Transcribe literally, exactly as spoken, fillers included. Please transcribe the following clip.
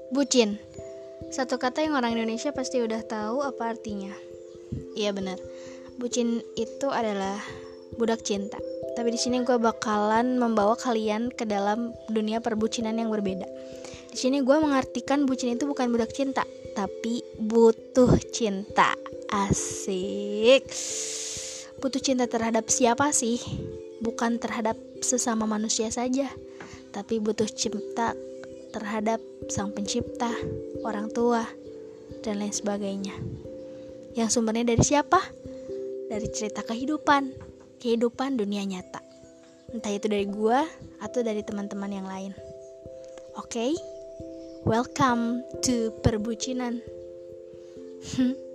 Bucin, satu kata yang orang Indonesia pasti udah tahu apa artinya. Iya benar, bucin itu adalah budak cinta. Tapi di sini gue bakalan membawa kalian ke dalam dunia perbucinan yang berbeda. Di sini gue mengartikan bucin itu bukan budak cinta, tapi butuh cinta. Asik. Butuh cinta terhadap siapa sih? Bukan terhadap sesama manusia saja, tapi butuh cinta terhadap sang pencipta, orang tua, dan lain sebagainya. Yang sumbernya dari siapa? Dari cerita kehidupan, kehidupan dunia nyata. Entah itu dari gua atau dari teman-teman yang lain. Oke, okay? Welcome to perbucinan.